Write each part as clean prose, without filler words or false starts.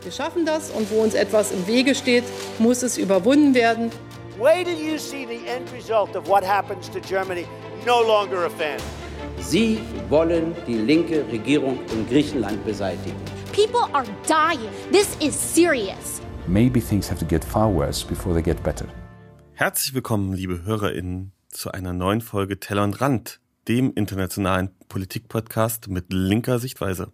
Wir schaffen das und wo uns etwas im Wege steht, muss es überwunden werden. Wait till you see the end result of what happens to Germany. No longer a fan. Sie wollen die linke Regierung in Griechenland beseitigen. People are dying. This is serious. Maybe things have to get far worse before they get better. Herzlich willkommen, liebe HörerInnen, zu einer neuen Folge Teller und Rand, dem internationalen Politik-Podcast mit linker Sichtweise.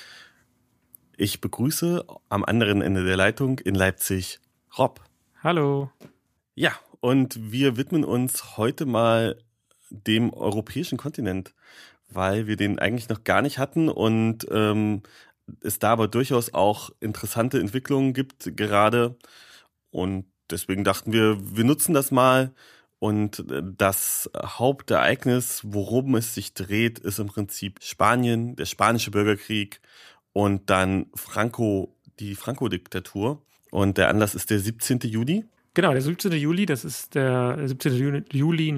Ich begrüße am anderen Ende der Leitung in Leipzig Rob. Hallo. Ja, und wir widmen uns heute mal dem europäischen Kontinent, weil wir den eigentlich noch gar nicht hatten und es da aber durchaus auch interessante Entwicklungen gibt gerade. Und deswegen dachten wir nutzen das mal. Und das Hauptereignis, worum es sich dreht, ist im Prinzip Spanien, der spanische Bürgerkrieg und dann die Franco-Diktatur. Und der Anlass ist der 17. Juli. Genau, der 17. Juli, das ist der 17. Juli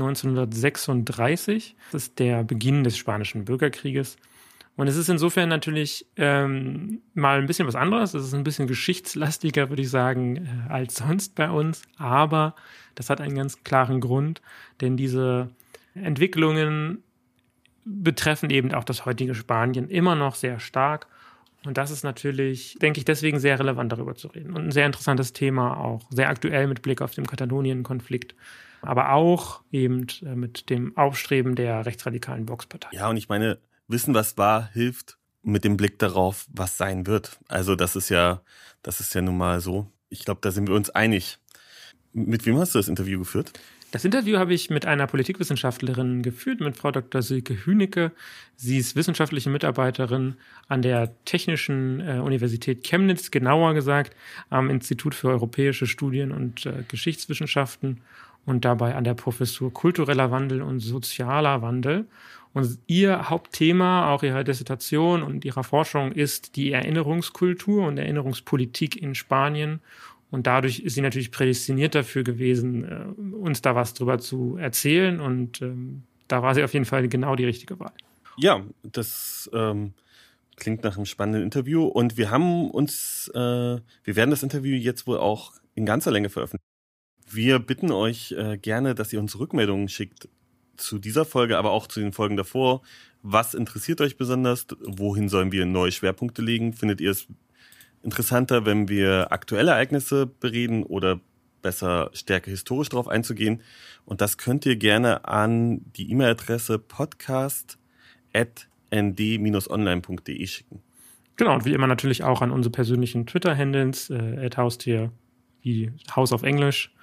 1936. Das ist der Beginn des spanischen Bürgerkrieges. Und es ist insofern natürlich mal ein bisschen was anderes. Es ist ein bisschen geschichtslastiger, würde ich sagen, als sonst bei uns. Aber das hat einen ganz klaren Grund, denn diese Entwicklungen betreffen eben auch das heutige Spanien immer noch sehr stark. Und das ist natürlich, denke ich, deswegen sehr relevant, darüber zu reden. Und ein sehr interessantes Thema, auch sehr aktuell mit Blick auf den Katalonien-Konflikt, aber auch eben mit dem Aufstreben der rechtsradikalen Vox-Partei. Ja, und ich meine, wissen, was war, hilft mit dem Blick darauf, was sein wird. Also das ist ja nun mal so. Ich glaube, da sind wir uns einig. Mit wem hast du das Interview geführt? Das Interview habe ich mit einer Politikwissenschaftlerin geführt, mit Frau Dr. Silke Hünecke. Sie ist wissenschaftliche Mitarbeiterin an der Technischen Universität Chemnitz, genauer gesagt am Institut für Europäische Studien und Geschichtswissenschaften und dabei an der Professur Kultureller Wandel und Sozialer Wandel. Und ihr Hauptthema, auch ihrer Dissertation und ihrer Forschung, ist die Erinnerungskultur und Erinnerungspolitik in Spanien. Und dadurch ist sie natürlich prädestiniert dafür gewesen, uns da was drüber zu erzählen. Und da war sie auf jeden Fall genau die richtige Wahl. Ja, das klingt nach einem spannenden Interview. Und wir werden das Interview jetzt wohl auch in ganzer Länge veröffentlichen. Wir bitten euch gerne, dass ihr uns Rückmeldungen schickt zu dieser Folge, aber auch zu den Folgen davor. Was interessiert euch besonders? Wohin sollen wir neue Schwerpunkte legen? Findet ihr es interessanter, wenn wir aktuelle Ereignisse bereden oder besser stärker historisch darauf einzugehen? Und das könnt ihr gerne an die E-Mail-Adresse podcast@nd-online.de schicken. Genau, und wie immer natürlich auch an unsere persönlichen Twitter-Handles, @Haustier, wie Haus auf Englisch,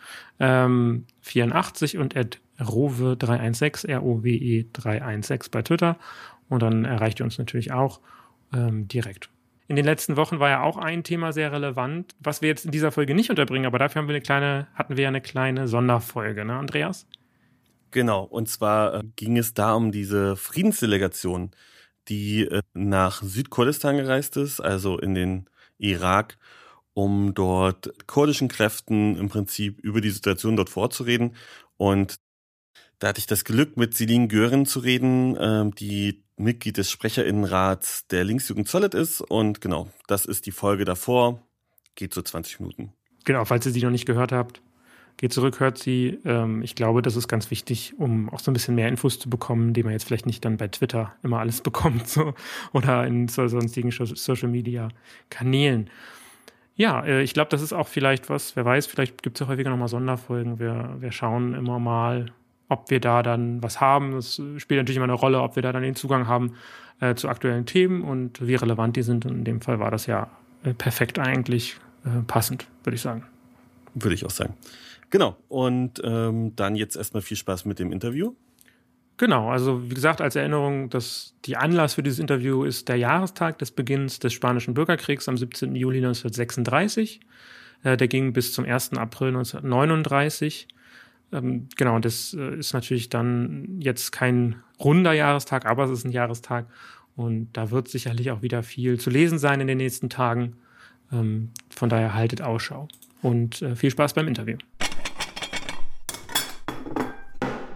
84 und @rowe316, ROWE316 bei Twitter. Und dann erreicht ihr uns natürlich auch direkt. In den letzten Wochen war ja auch ein Thema sehr relevant, was wir jetzt in dieser Folge nicht unterbringen, aber dafür hatten wir ja eine kleine Sonderfolge, ne, Andreas? Genau, und zwar ging es da um diese Friedensdelegation, die nach Südkurdistan gereist ist, also in den Irak, um dort kurdischen Kräften im Prinzip über die Situation dort vorzureden. Und da hatte ich das Glück, mit Selin Gören zu reden, die Mitglied des SprecherInnenrats der Linksjugend Solid ist. Und genau, das ist die Folge davor. Geht so 20 Minuten. Genau, falls ihr sie noch nicht gehört habt, geht zurück, hört sie. Ich glaube, das ist ganz wichtig, um auch so ein bisschen mehr Infos zu bekommen, die man jetzt vielleicht nicht dann bei Twitter immer alles bekommt so, oder in sonstigen Social-Media-Kanälen. Ja, ich glaube, das ist auch vielleicht was, wer weiß, vielleicht gibt es ja häufiger nochmal Sonderfolgen. Wir schauen immer mal, ob wir da dann was haben. Es spielt natürlich immer eine Rolle, ob wir da dann den Zugang haben zu aktuellen Themen und wie relevant die sind. Und in dem Fall war das ja perfekt eigentlich passend, würde ich sagen. Würde ich auch sagen. Genau. Und dann jetzt erstmal viel Spaß mit dem Interview. Genau, also wie gesagt, als Erinnerung, die Anlass für dieses Interview ist der Jahrestag des Beginns des Spanischen Bürgerkriegs am 17. Juli 1936. Der ging bis zum 1. April 1939. Genau, das ist natürlich dann jetzt kein runder Jahrestag, aber es ist ein Jahrestag und da wird sicherlich auch wieder viel zu lesen sein in den nächsten Tagen. Von daher haltet Ausschau und viel Spaß beim Interview.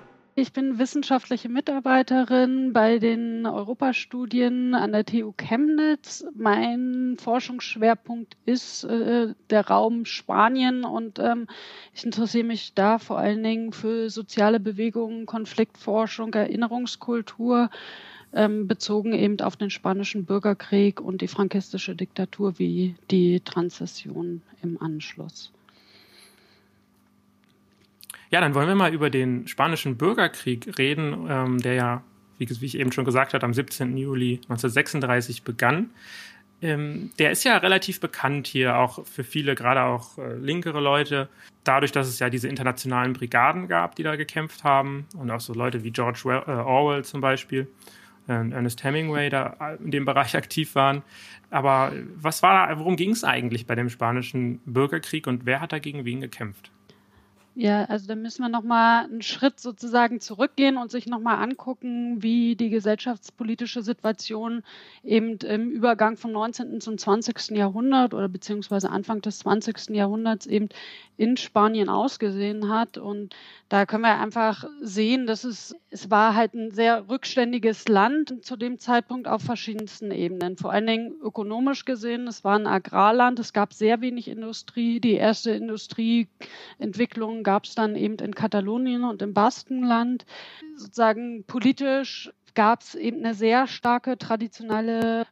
Ich bin wissenschaftliche Mitarbeiterin bei den Europastudien an der TU Chemnitz. Mein Forschungsschwerpunkt ist der Raum Spanien und ich interessiere mich da vor allen Dingen für soziale Bewegungen, Konfliktforschung, Erinnerungskultur, bezogen eben auf den Spanischen Bürgerkrieg und die frankistische Diktatur wie die Transition im Anschluss. Ja, dann wollen wir mal über den Spanischen Bürgerkrieg reden, der ja, wie ich eben schon gesagt habe, am 17. Juli 1936 begann. Der ist ja relativ bekannt hier, auch für viele, gerade auch linkere Leute, dadurch, dass es ja diese internationalen Brigaden gab, die da gekämpft haben und auch so Leute wie George Orwell zum Beispiel, Ernest Hemingway da in dem Bereich aktiv waren. Aber worum ging es eigentlich bei dem Spanischen Bürgerkrieg und wer hat dagegen wen gekämpft? Ja, also da müssen wir nochmal einen Schritt sozusagen zurückgehen und sich nochmal angucken, wie die gesellschaftspolitische Situation eben im Übergang vom 19. zum 20. Jahrhundert oder beziehungsweise Anfang des 20. Jahrhunderts eben in Spanien ausgesehen hat. Und da können wir einfach sehen, dass es war halt ein sehr rückständiges Land zu dem Zeitpunkt auf verschiedensten Ebenen. Vor allen Dingen ökonomisch gesehen, es war ein Agrarland, es gab sehr wenig Industrie. Die erste Industrieentwicklung gab es dann eben in Katalonien und im Baskenland. Sozusagen politisch gab es eben eine sehr starke traditionelle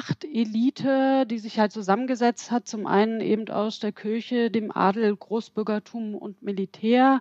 Machtelite, die sich halt zusammengesetzt hat, zum einen eben aus der Kirche, dem Adel, Großbürgertum und Militär.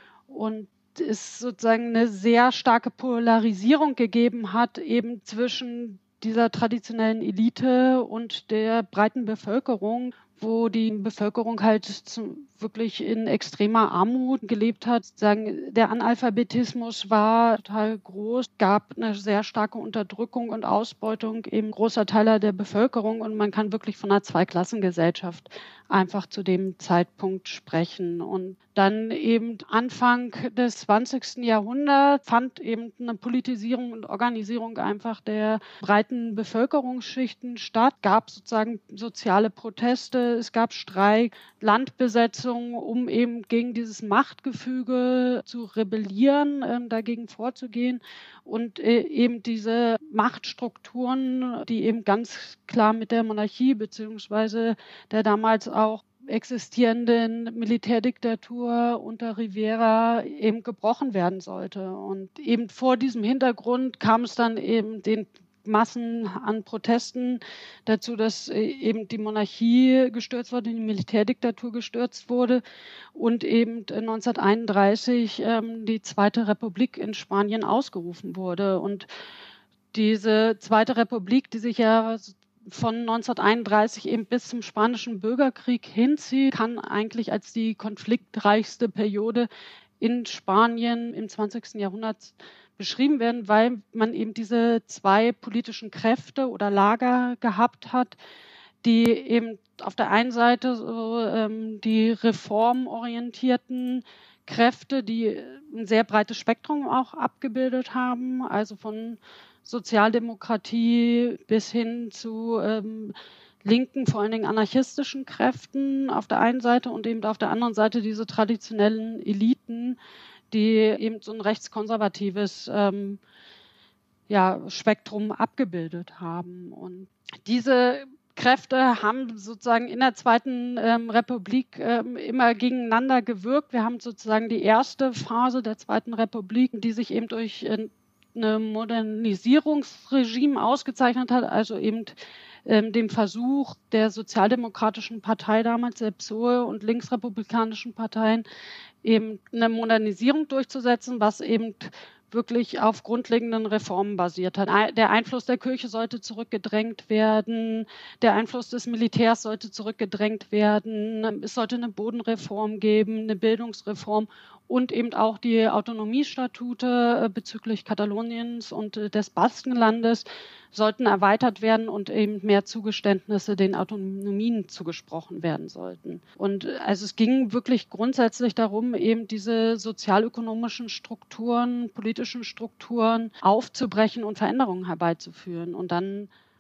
Und es sozusagen eine sehr starke Polarisierung gegeben hat, eben zwischen dieser traditionellen Elite und der breiten Bevölkerung, wo die Bevölkerung halt wirklich in extremer Armut gelebt hat. Der Analphabetismus war total groß, gab eine sehr starke Unterdrückung und Ausbeutung eben großer Teile der Bevölkerung und man kann wirklich von einer Zweiklassengesellschaft einfach zu dem Zeitpunkt sprechen. Und dann eben Anfang des 20. Jahrhunderts fand eben eine Politisierung und Organisierung einfach der breiten Bevölkerungsschichten statt. Es gab sozusagen soziale Proteste, es gab Streik, Landbesetzung, um eben gegen dieses Machtgefüge zu rebellieren, dagegen vorzugehen und eben diese Machtstrukturen, die eben ganz klar mit der Monarchie beziehungsweise der damals auch existierenden Militärdiktatur unter Rivera eben gebrochen werden sollte. Und eben vor diesem Hintergrund kam es dann eben den Massen an Protesten dazu, dass eben die Monarchie gestürzt wurde, die Militärdiktatur gestürzt wurde und eben 1931 die Zweite Republik in Spanien ausgerufen wurde. Und diese Zweite Republik, die sich ja von 1931 eben bis zum Spanischen Bürgerkrieg hinzieht, kann eigentlich als die konfliktreichste Periode in Spanien im 20. Jahrhundert beschrieben werden, weil man eben diese zwei politischen Kräfte oder Lager gehabt hat, die eben auf der einen Seite so, die reformorientierten Kräfte, die ein sehr breites Spektrum auch abgebildet haben, also von Sozialdemokratie bis hin zu linken, vor allen Dingen anarchistischen Kräften auf der einen Seite und eben auf der anderen Seite diese traditionellen Eliten, die eben so ein rechtskonservatives Spektrum abgebildet haben. Und diese Kräfte haben sozusagen in der Zweiten Republik immer gegeneinander gewirkt. Wir haben sozusagen die erste Phase der Zweiten Republik, die sich eben durch eine Modernisierungsregime ausgezeichnet hat, also eben dem Versuch der Sozialdemokratischen Partei damals, der PSOE und linksrepublikanischen Parteien, eben eine Modernisierung durchzusetzen, was eben wirklich auf grundlegenden Reformen basiert hat. Der Einfluss der Kirche sollte zurückgedrängt werden, der Einfluss des Militärs sollte zurückgedrängt werden, es sollte eine Bodenreform geben, eine Bildungsreform und eben auch die Autonomiestatute bezüglich Kataloniens und des Baskenlandes sollten erweitert werden und eben mehr Zugeständnisse den Autonomien zugesprochen werden sollten. Und also es ging wirklich grundsätzlich darum, eben diese sozialökonomischen Strukturen, politischen Strukturen aufzubrechen und Veränderungen herbeizuführen. Und dann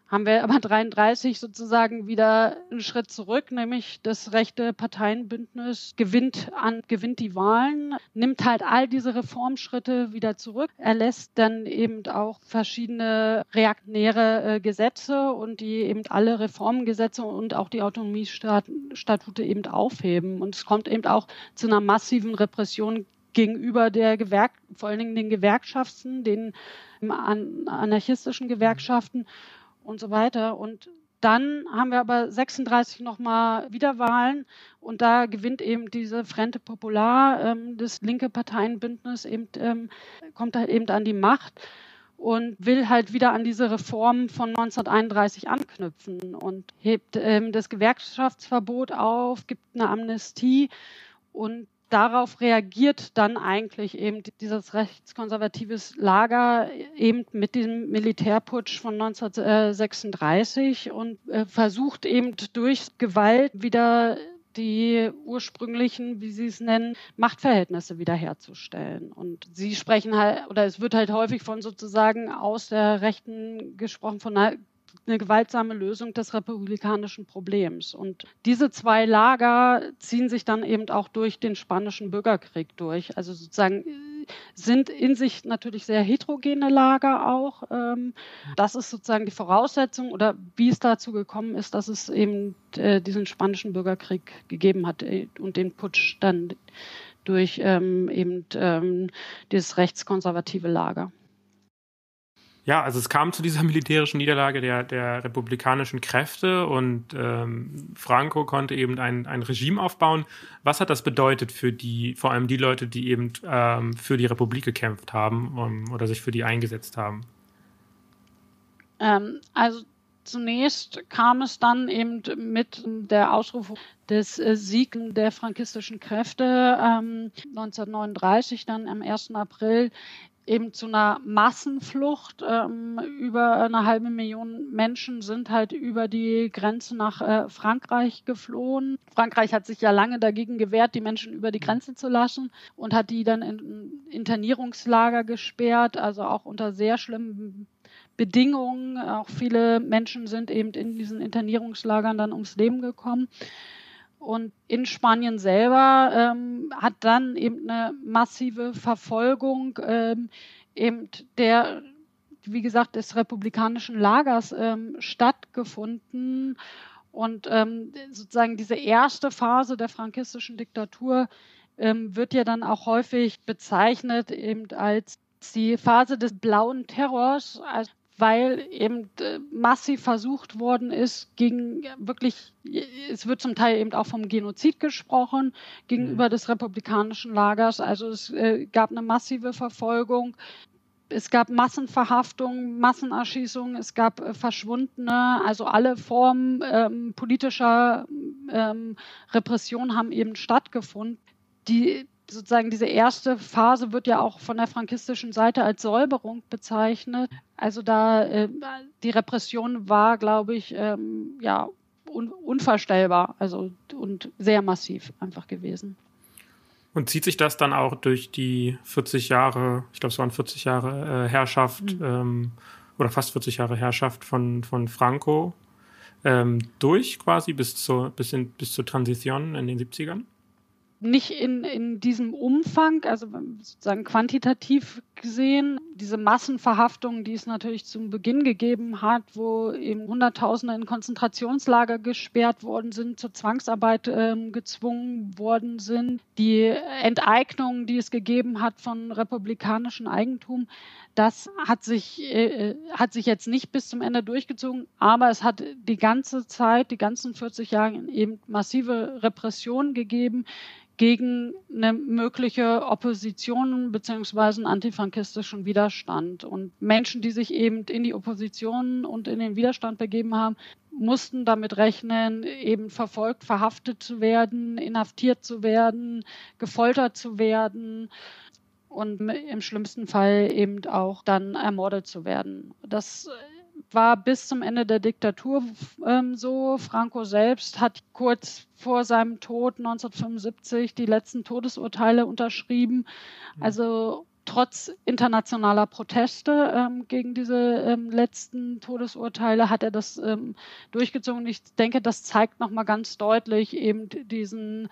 haben wir aber 1933 sozusagen wieder einen Schritt zurück, nämlich das rechte Parteienbündnis gewinnt die Wahlen, nimmt halt all diese Reformschritte wieder zurück, erlässt dann eben auch verschiedene reaktionäre Gesetze und die eben alle Reformgesetze und auch die Autonomiestatute eben aufheben. Und es kommt eben auch zu einer massiven Repression gegenüber vor allen Dingen den Gewerkschaften, den anarchistischen Gewerkschaften und so weiter. Und dann haben wir aber 36 nochmal Wiederwahlen und da gewinnt eben diese Frente Popular, das linke Parteienbündnis, kommt halt eben an die Macht und will halt wieder an diese Reformen von 1931 anknüpfen und hebt das Gewerkschaftsverbot auf, gibt eine Amnestie und darauf reagiert dann eigentlich eben dieses rechtskonservatives Lager eben mit diesem Militärputsch von 1936 und versucht eben durch Gewalt wieder die ursprünglichen, wie Sie es nennen, Machtverhältnisse wiederherzustellen. Und Sie sprechen halt, oder es wird halt häufig von sozusagen aus der Rechten gesprochen, von einer gewaltsame Lösung des republikanischen Problems. Und diese zwei Lager ziehen sich dann eben auch durch den Spanischen Bürgerkrieg durch. Also sozusagen sind in sich natürlich sehr heterogene Lager auch. Das ist sozusagen die Voraussetzung oder wie es dazu gekommen ist, dass es eben diesen Spanischen Bürgerkrieg gegeben hat und den Putsch dann durch dieses rechtskonservative Lager. Ja, also es kam zu dieser militärischen Niederlage der republikanischen Kräfte und Franco konnte eben ein Regime aufbauen. Was hat das bedeutet für vor allem die Leute, die eben für die Republik gekämpft haben oder sich für die eingesetzt haben? Also zunächst kam es dann eben mit der Ausrufung des Siegs der frankistischen Kräfte 1939, dann am 1. April, eben zu einer Massenflucht. Über 500.000 Menschen sind halt über die Grenze nach Frankreich geflohen. Frankreich hat sich ja lange dagegen gewehrt, die Menschen über die Grenze zu lassen und hat die dann in Internierungslager gesperrt, also auch unter sehr schlimmen Bedingungen. Auch viele Menschen sind eben in diesen Internierungslagern dann ums Leben gekommen. Und in Spanien selber hat dann eben eine massive Verfolgung eben wie gesagt, des republikanischen Lagers stattgefunden. Und sozusagen diese erste Phase der frankistischen Diktatur wird ja dann auch häufig bezeichnet eben als die Phase des blauen Terrors, weil eben massiv versucht worden ist, es wird zum Teil eben auch vom Genozid gesprochen, gegenüber des republikanischen Lagers. Also es gab eine massive Verfolgung, es gab Massenverhaftungen, Massenerschießungen, es gab Verschwundene, also alle Formen politischer Repression haben eben stattgefunden. Sozusagen diese erste Phase wird ja auch von der frankistischen Seite als Säuberung bezeichnet. Also die Repression war, glaube ich, unvorstellbar, und sehr massiv einfach gewesen. Und zieht sich das dann auch durch die 40 Jahre, ich glaube, es waren 40 Jahre Herrschaft oder fast 40 Jahre Herrschaft von Franco durch quasi bis zur Transition in den 70ern? Nicht in diesem Umfang, also sozusagen quantitativ gesehen, diese Massenverhaftungen, die es natürlich zum Beginn gegeben hat, wo eben Hunderttausende in Konzentrationslager gesperrt worden sind, zur Zwangsarbeit gezwungen worden sind, die Enteignungen, die es gegeben hat von republikanischem Eigentum, das hat sich jetzt nicht bis zum Ende durchgezogen, aber es hat die ganze Zeit, die ganzen 40 Jahre eben massive Repressionen gegeben gegen eine mögliche Opposition bzw. einen antifrankistischen Widerstand. Und Menschen, die sich eben in die Opposition und in den Widerstand begeben haben, mussten damit rechnen, eben verfolgt, verhaftet zu werden, inhaftiert zu werden, gefoltert zu werden und im schlimmsten Fall eben auch dann ermordet zu werden. Das war bis zum Ende der Diktatur so. Franco selbst hat kurz vor seinem Tod 1975 die letzten Todesurteile unterschrieben. Also trotz internationaler Proteste gegen diese letzten Todesurteile hat er das durchgezogen. Ich denke, das zeigt nochmal ganz deutlich eben diesen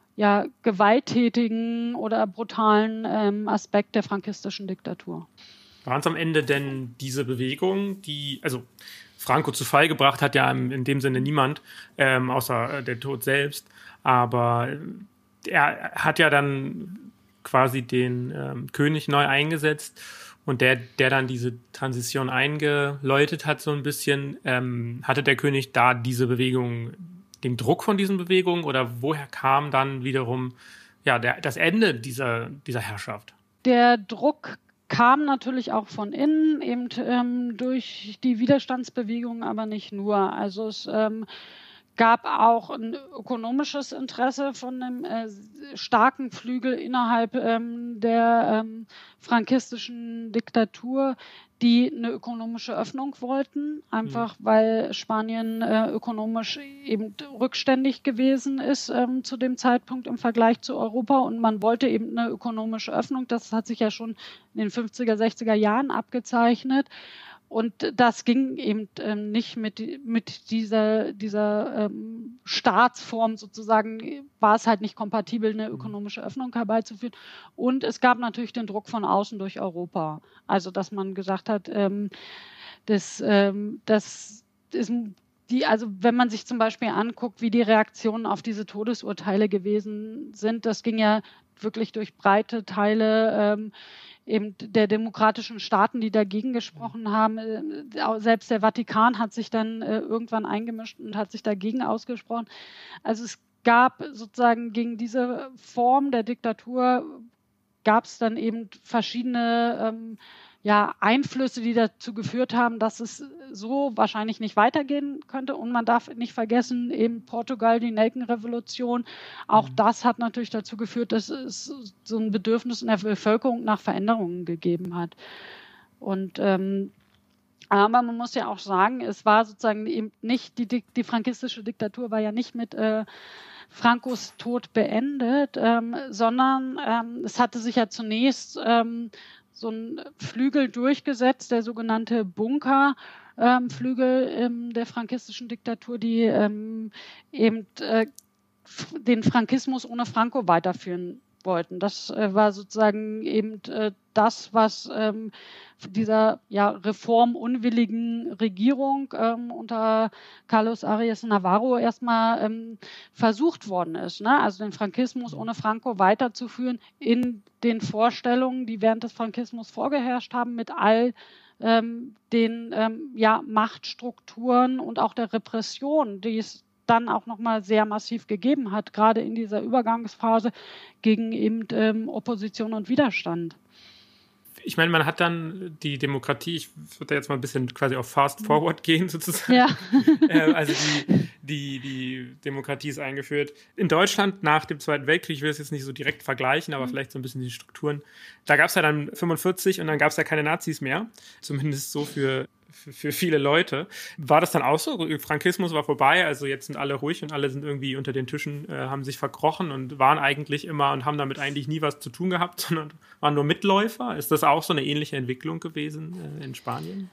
gewalttätigen oder brutalen Aspekt der frankistischen Diktatur. Waren es am Ende denn diese Bewegung, also Franco zu Fall gebracht hat ja in dem Sinne niemand, außer der Tod selbst, aber er hat ja dann quasi den König neu eingesetzt und der dann diese Transition eingeläutet hat so ein bisschen. Hatte der König da diese Bewegung, den Druck von diesen Bewegungen oder woher kam dann wiederum das Ende dieser Herrschaft? Der Druck kam natürlich auch von innen, eben durch die Widerstandsbewegung, aber nicht nur. Also es gab auch ein ökonomisches Interesse von einem starken Flügel innerhalb der frankistischen Diktatur, die eine ökonomische Öffnung wollten, einfach weil Spanien ökonomisch eben rückständig gewesen ist zu dem Zeitpunkt im Vergleich zu Europa und man wollte eben eine ökonomische Öffnung. Das hat sich ja schon in den 50er, 60er Jahren abgezeichnet. Und das ging eben nicht mit dieser Staatsform sozusagen, war es halt nicht kompatibel, eine ökonomische Öffnung herbeizuführen. Und es gab natürlich den Druck von außen durch Europa. Also, dass man gesagt hat, das ist wenn man sich zum Beispiel anguckt, wie die Reaktionen auf diese Todesurteile gewesen sind, das ging ja wirklich durch breite Teile eben der demokratischen Staaten, die dagegen gesprochen haben. Selbst der Vatikan hat sich dann irgendwann eingemischt und hat sich dagegen ausgesprochen. Also es gab sozusagen gegen diese Form der Diktatur gab es dann eben verschiedene Einflüsse, die dazu geführt haben, dass es so wahrscheinlich nicht weitergehen könnte. Und man darf nicht vergessen, eben Portugal, die Nelkenrevolution, auch das hat natürlich dazu geführt, dass es so ein Bedürfnis in der Bevölkerung nach Veränderungen gegeben hat. Und aber man muss ja auch sagen, es war sozusagen eben nicht, die frankistische Diktatur war ja nicht mit Francos Tod beendet, sondern es hatte sich ja zunächst so ein Flügel durchgesetzt, der sogenannte Bunker-Flügel der frankistischen Diktatur, die eben den Frankismus ohne Franco weiterführen wollten. Das war sozusagen eben das, was dieser reformunwilligen Regierung unter Carlos Arias Navarro erstmal versucht worden ist. Ne? Also den Frankismus ohne Franco weiterzuführen in den Vorstellungen, die während des Frankismus vorgeherrscht haben, mit all den Machtstrukturen und auch der Repression, die es dann auch nochmal sehr massiv gegeben hat, gerade in dieser Übergangsphase gegen eben Opposition und Widerstand. Ich meine, man hat dann die Demokratie, ich würde jetzt mal ein bisschen quasi auf Fast Forward gehen sozusagen. Ja. Also die Demokratie ist eingeführt. In Deutschland nach dem Zweiten Weltkrieg, ich will es jetzt nicht so direkt vergleichen, aber vielleicht so ein bisschen die Strukturen. Da gab es ja dann 45 und dann gab es ja keine Nazis mehr. Zumindest so für viele Leute. War das dann auch so? Frankismus war vorbei, also jetzt sind alle ruhig und alle sind irgendwie unter den Tischen, haben sich verkrochen und waren eigentlich immer und haben damit eigentlich nie was zu tun gehabt, sondern waren nur Mitläufer. Ist das auch so eine ähnliche Entwicklung gewesen in Spanien?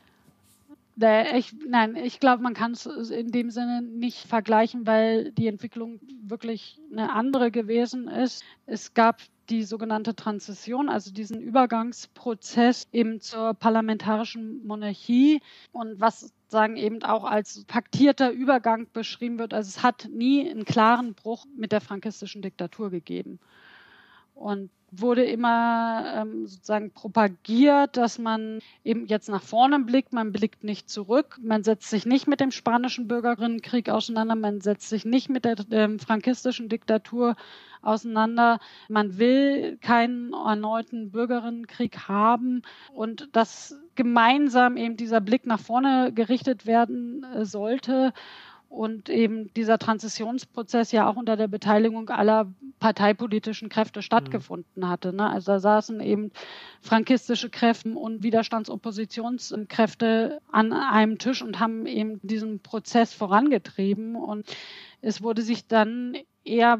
Ich glaube, man kann es in dem Sinne nicht vergleichen, weil die Entwicklung wirklich eine andere gewesen ist. Es gab die sogenannte Transition, also diesen Übergangsprozess eben zur parlamentarischen Monarchie und was sagen eben auch als paktierter Übergang beschrieben wird. Also es hat nie einen klaren Bruch mit der frankistischen Diktatur gegeben. Und wurde immer sozusagen propagiert, dass man eben jetzt nach vorne blickt, man blickt nicht zurück, man setzt sich nicht mit dem spanischen Bürgerinnenkrieg auseinander, man setzt sich nicht mit der frankistischen Diktatur auseinander, man will keinen erneuten Bürgerinnenkrieg haben und dass gemeinsam eben dieser Blick nach vorne gerichtet werden sollte. Und eben dieser Transitionsprozess ja auch unter der Beteiligung aller parteipolitischen Kräfte stattgefunden hatte. Ne? Also da saßen eben frankistische Kräfte und Widerstandsoppositionskräfte an einem Tisch und haben eben diesen Prozess vorangetrieben. Und es wurde sich dann eher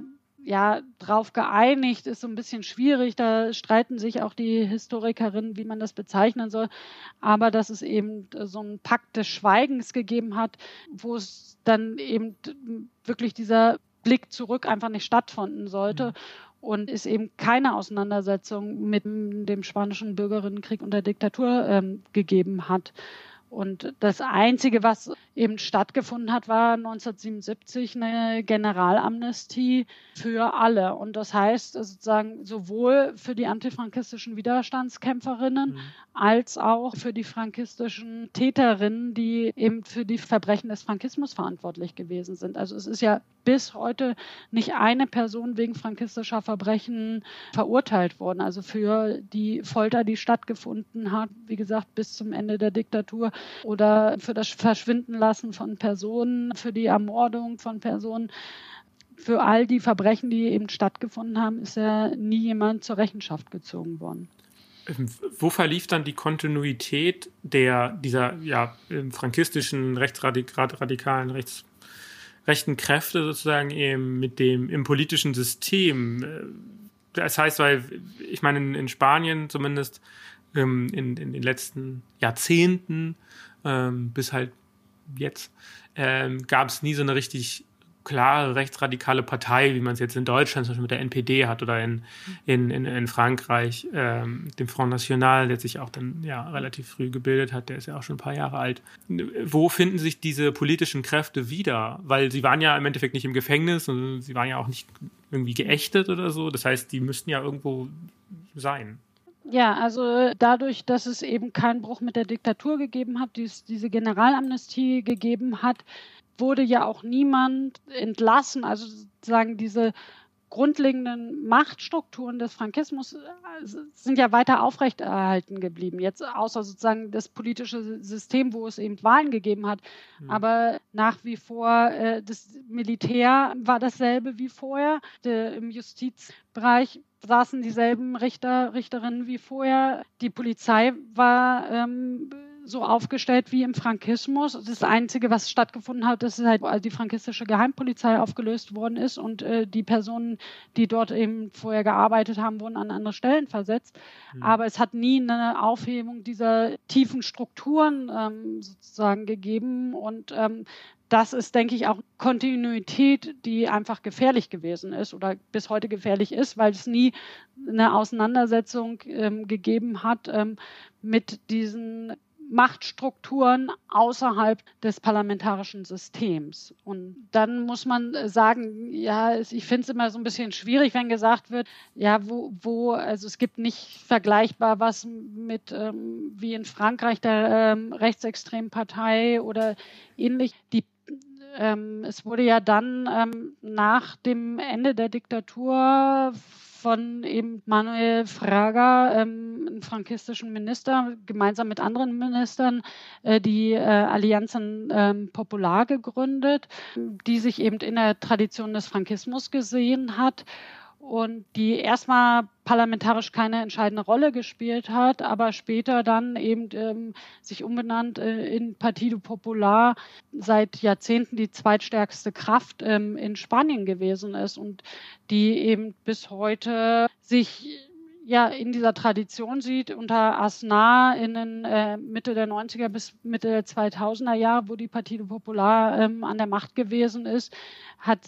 drauf geeinigt, ist so ein bisschen schwierig. Da streiten sich auch die Historikerinnen, wie man das bezeichnen soll. Aber dass es eben so einen Pakt des Schweigens gegeben hat, wo es dann eben wirklich dieser Blick zurück einfach nicht stattfinden sollte. Und es eben keine Auseinandersetzung mit dem spanischen Bürgerinnenkrieg und der Diktatur gegeben hat. Und das Einzige, was eben stattgefunden hat, war 1977 eine Generalamnestie für alle. Und das heißt sozusagen sowohl für die antifrankistischen Widerstandskämpferinnen als auch für die frankistischen Täterinnen, die eben für die Verbrechen des Frankismus verantwortlich gewesen sind. Also es ist ja bis heute nicht eine Person wegen frankistischer Verbrechen verurteilt worden. Also für die Folter, die stattgefunden hat, wie gesagt, bis zum Ende der Diktatur, oder für das Verschwindenlassen von Personen, für die Ermordung von Personen. Für all die Verbrechen, die eben stattgefunden haben, ist ja nie jemand zur Rechenschaft gezogen worden. Wo verlief dann die Kontinuität dieser frankistischen, rechtsradikalen, rechten Kräfte sozusagen eben mit dem im politischen System? Das heißt, weil ich meine, in Spanien zumindest in den letzten Jahrzehnten bis halt jetzt gab es nie so eine richtig klare rechtsradikale Partei, wie man es jetzt in Deutschland zum Beispiel mit der NPD hat oder in Frankreich, dem Front National, der sich auch dann relativ früh gebildet hat, der ist ja auch schon ein paar Jahre alt. Wo finden sich diese politischen Kräfte wieder? Weil sie waren ja im Endeffekt nicht im Gefängnis und sie waren ja auch nicht irgendwie geächtet oder so. Das heißt, die müssten ja irgendwo sein. Ja, also dadurch, dass es eben keinen Bruch mit der Diktatur gegeben hat, diese Generalamnestie gegeben hat, wurde ja auch niemand entlassen. Also sozusagen diese grundlegenden Machtstrukturen des Frankismus sind ja weiter aufrechterhalten geblieben. Jetzt außer sozusagen das politische System, wo es eben Wahlen gegeben hat. Aber nach wie vor das Militär war dasselbe wie vorher. Im Justizbereich saßen dieselben Richterinnen wie vorher. Die Polizei war so aufgestellt wie im Frankismus. Das Einzige, was stattgefunden hat, ist halt, als die frankistische Geheimpolizei aufgelöst worden ist und die Personen, die dort eben vorher gearbeitet haben, wurden an andere Stellen versetzt. Aber es hat nie eine Aufhebung dieser tiefen Strukturen sozusagen gegeben und das ist, denke ich, auch Kontinuität, die einfach gefährlich gewesen ist oder bis heute gefährlich ist, weil es nie eine Auseinandersetzung gegeben hat mit diesen Machtstrukturen außerhalb des parlamentarischen Systems. Und dann muss man sagen, ich finde es immer so ein bisschen schwierig, wenn gesagt wird, also es gibt nicht vergleichbar was mit wie in Frankreich der rechtsextremen Partei oder ähnlich. Es wurde ja dann nach dem Ende der Diktatur von eben Manuel Fraga, einem frankistischen Minister, gemeinsam mit anderen Ministern, die Alianza Popular gegründet, die sich eben in der Tradition des Frankismus gesehen hat und die erstmal parlamentarisch keine entscheidende Rolle gespielt hat, aber später dann eben sich umbenannt in Partido Popular, seit Jahrzehnten die zweitstärkste Kraft in Spanien gewesen ist und die eben bis heute sich in dieser Tradition sieht, unter Aznar in den Mitte der 90er bis Mitte der 2000er Jahre, wo die Partido Popular an der Macht gewesen ist, hat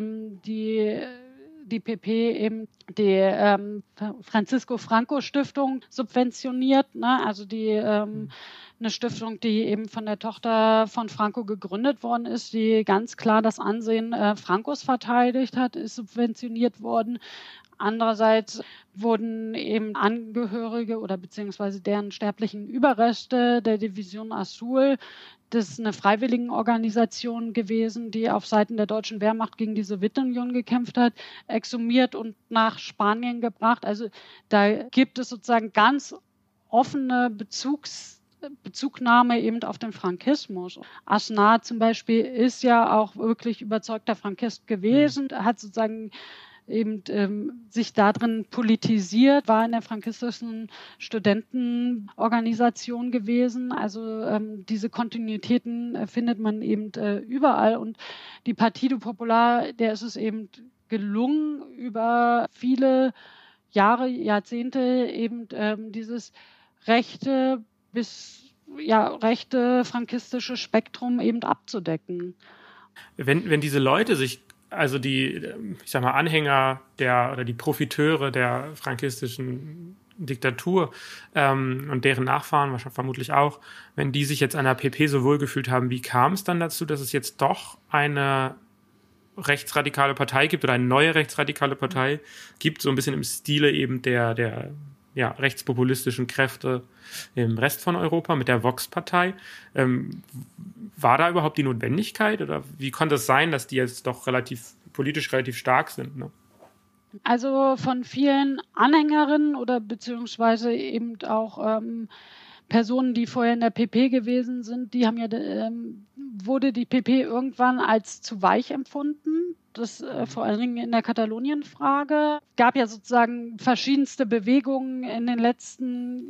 die PP eben die Francisco Franco Stiftung subventioniert, ne? Also eine Stiftung, die eben von der Tochter von Franco gegründet worden ist, die ganz klar das Ansehen Francos verteidigt hat, ist subventioniert worden. Andererseits wurden eben Angehörige oder beziehungsweise deren sterblichen Überreste der Division Azul, das ist eine Freiwilligenorganisation gewesen, die auf Seiten der deutschen Wehrmacht gegen die Sowjetunion gekämpft hat, exhumiert und nach Spanien gebracht. Also da gibt es sozusagen ganz offene Bezugnahme eben auf den Frankismus. Aznar zum Beispiel ist ja auch wirklich überzeugter Frankist gewesen, hat sozusagen eben sich darin politisiert, war in der frankistischen Studentenorganisation gewesen. Also diese Kontinuitäten findet man eben überall. Und die Partido Popular, der ist es eben gelungen, über viele Jahre, Jahrzehnte eben dieses rechte frankistische Spektrum eben abzudecken. Wenn diese Leute sich, also die, ich sag mal, Anhänger oder die Profiteure der frankistischen Diktatur und deren Nachfahren wahrscheinlich vermutlich auch, wenn die sich jetzt an der PP so wohlgefühlt haben, wie kam es dann dazu, dass es jetzt doch eine rechtsradikale Partei gibt oder eine neue rechtsradikale Partei gibt, so ein bisschen im Stile eben der rechtspopulistischen Kräfte im Rest von Europa mit der Vox-Partei. War da überhaupt die Notwendigkeit oder wie konnte es sein, dass die jetzt doch politisch relativ stark sind? Ne? Also von vielen Anhängerinnen oder beziehungsweise eben auch Personen, die vorher in der PP gewesen sind, die haben wurde die PP irgendwann als zu weich empfunden. Das vor allen Dingen in der Katalonien-Frage. Es gab ja sozusagen verschiedenste Bewegungen in den letzten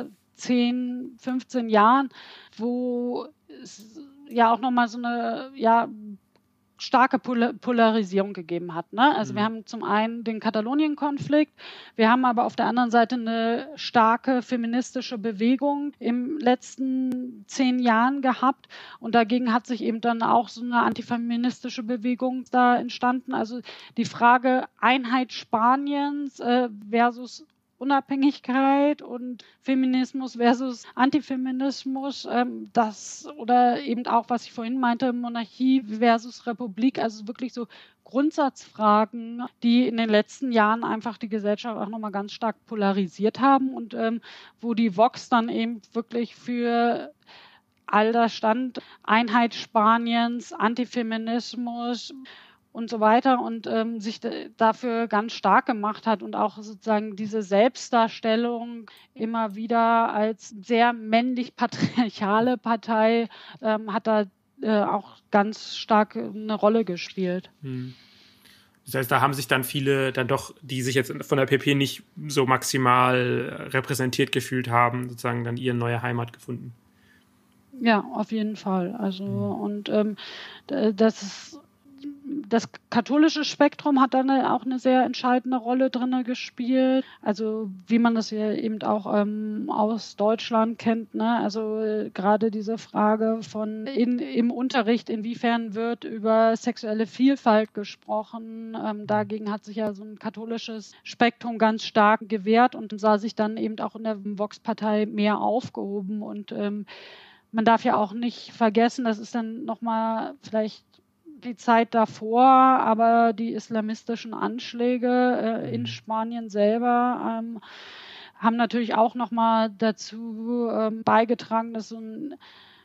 10, 15 Jahren, wo es ja auch nochmal so eine starke Polarisierung gegeben hat. Ne? Also wir haben zum einen den Katalonien-Konflikt, wir haben aber auf der anderen Seite eine starke feministische Bewegung im letzten 10 Jahren gehabt und dagegen hat sich eben dann auch so eine antifeministische Bewegung da entstanden. Also die Frage Einheit Spaniens versus Unabhängigkeit und Feminismus versus Antifeminismus, oder eben auch, was ich vorhin meinte, Monarchie versus Republik, also wirklich so Grundsatzfragen, die in den letzten Jahren einfach die Gesellschaft auch nochmal ganz stark polarisiert haben und wo die Vox dann eben wirklich für all das stand, Einheit Spaniens, Antifeminismus und so weiter und sich dafür ganz stark gemacht hat und auch sozusagen diese Selbstdarstellung immer wieder als sehr männlich-patriarchale Partei hat da auch ganz stark eine Rolle gespielt. Das heißt, da haben sich dann viele dann doch, die sich jetzt von der PP nicht so maximal repräsentiert gefühlt haben, sozusagen dann ihre neue Heimat gefunden. Ja, auf jeden Fall. Also und das katholische Spektrum hat dann auch eine sehr entscheidende Rolle drin gespielt. Also wie man das ja eben auch aus Deutschland kennt. Ne? Also gerade diese Frage von im Unterricht, inwiefern wird über sexuelle Vielfalt gesprochen. Dagegen hat sich ja so ein katholisches Spektrum ganz stark gewehrt und sah sich dann eben auch in der Vox-Partei mehr aufgehoben. Und man darf ja auch nicht vergessen, das ist dann nochmal vielleicht die Zeit davor, aber die islamistischen Anschläge in Spanien selber haben natürlich auch nochmal dazu beigetragen, dass so ein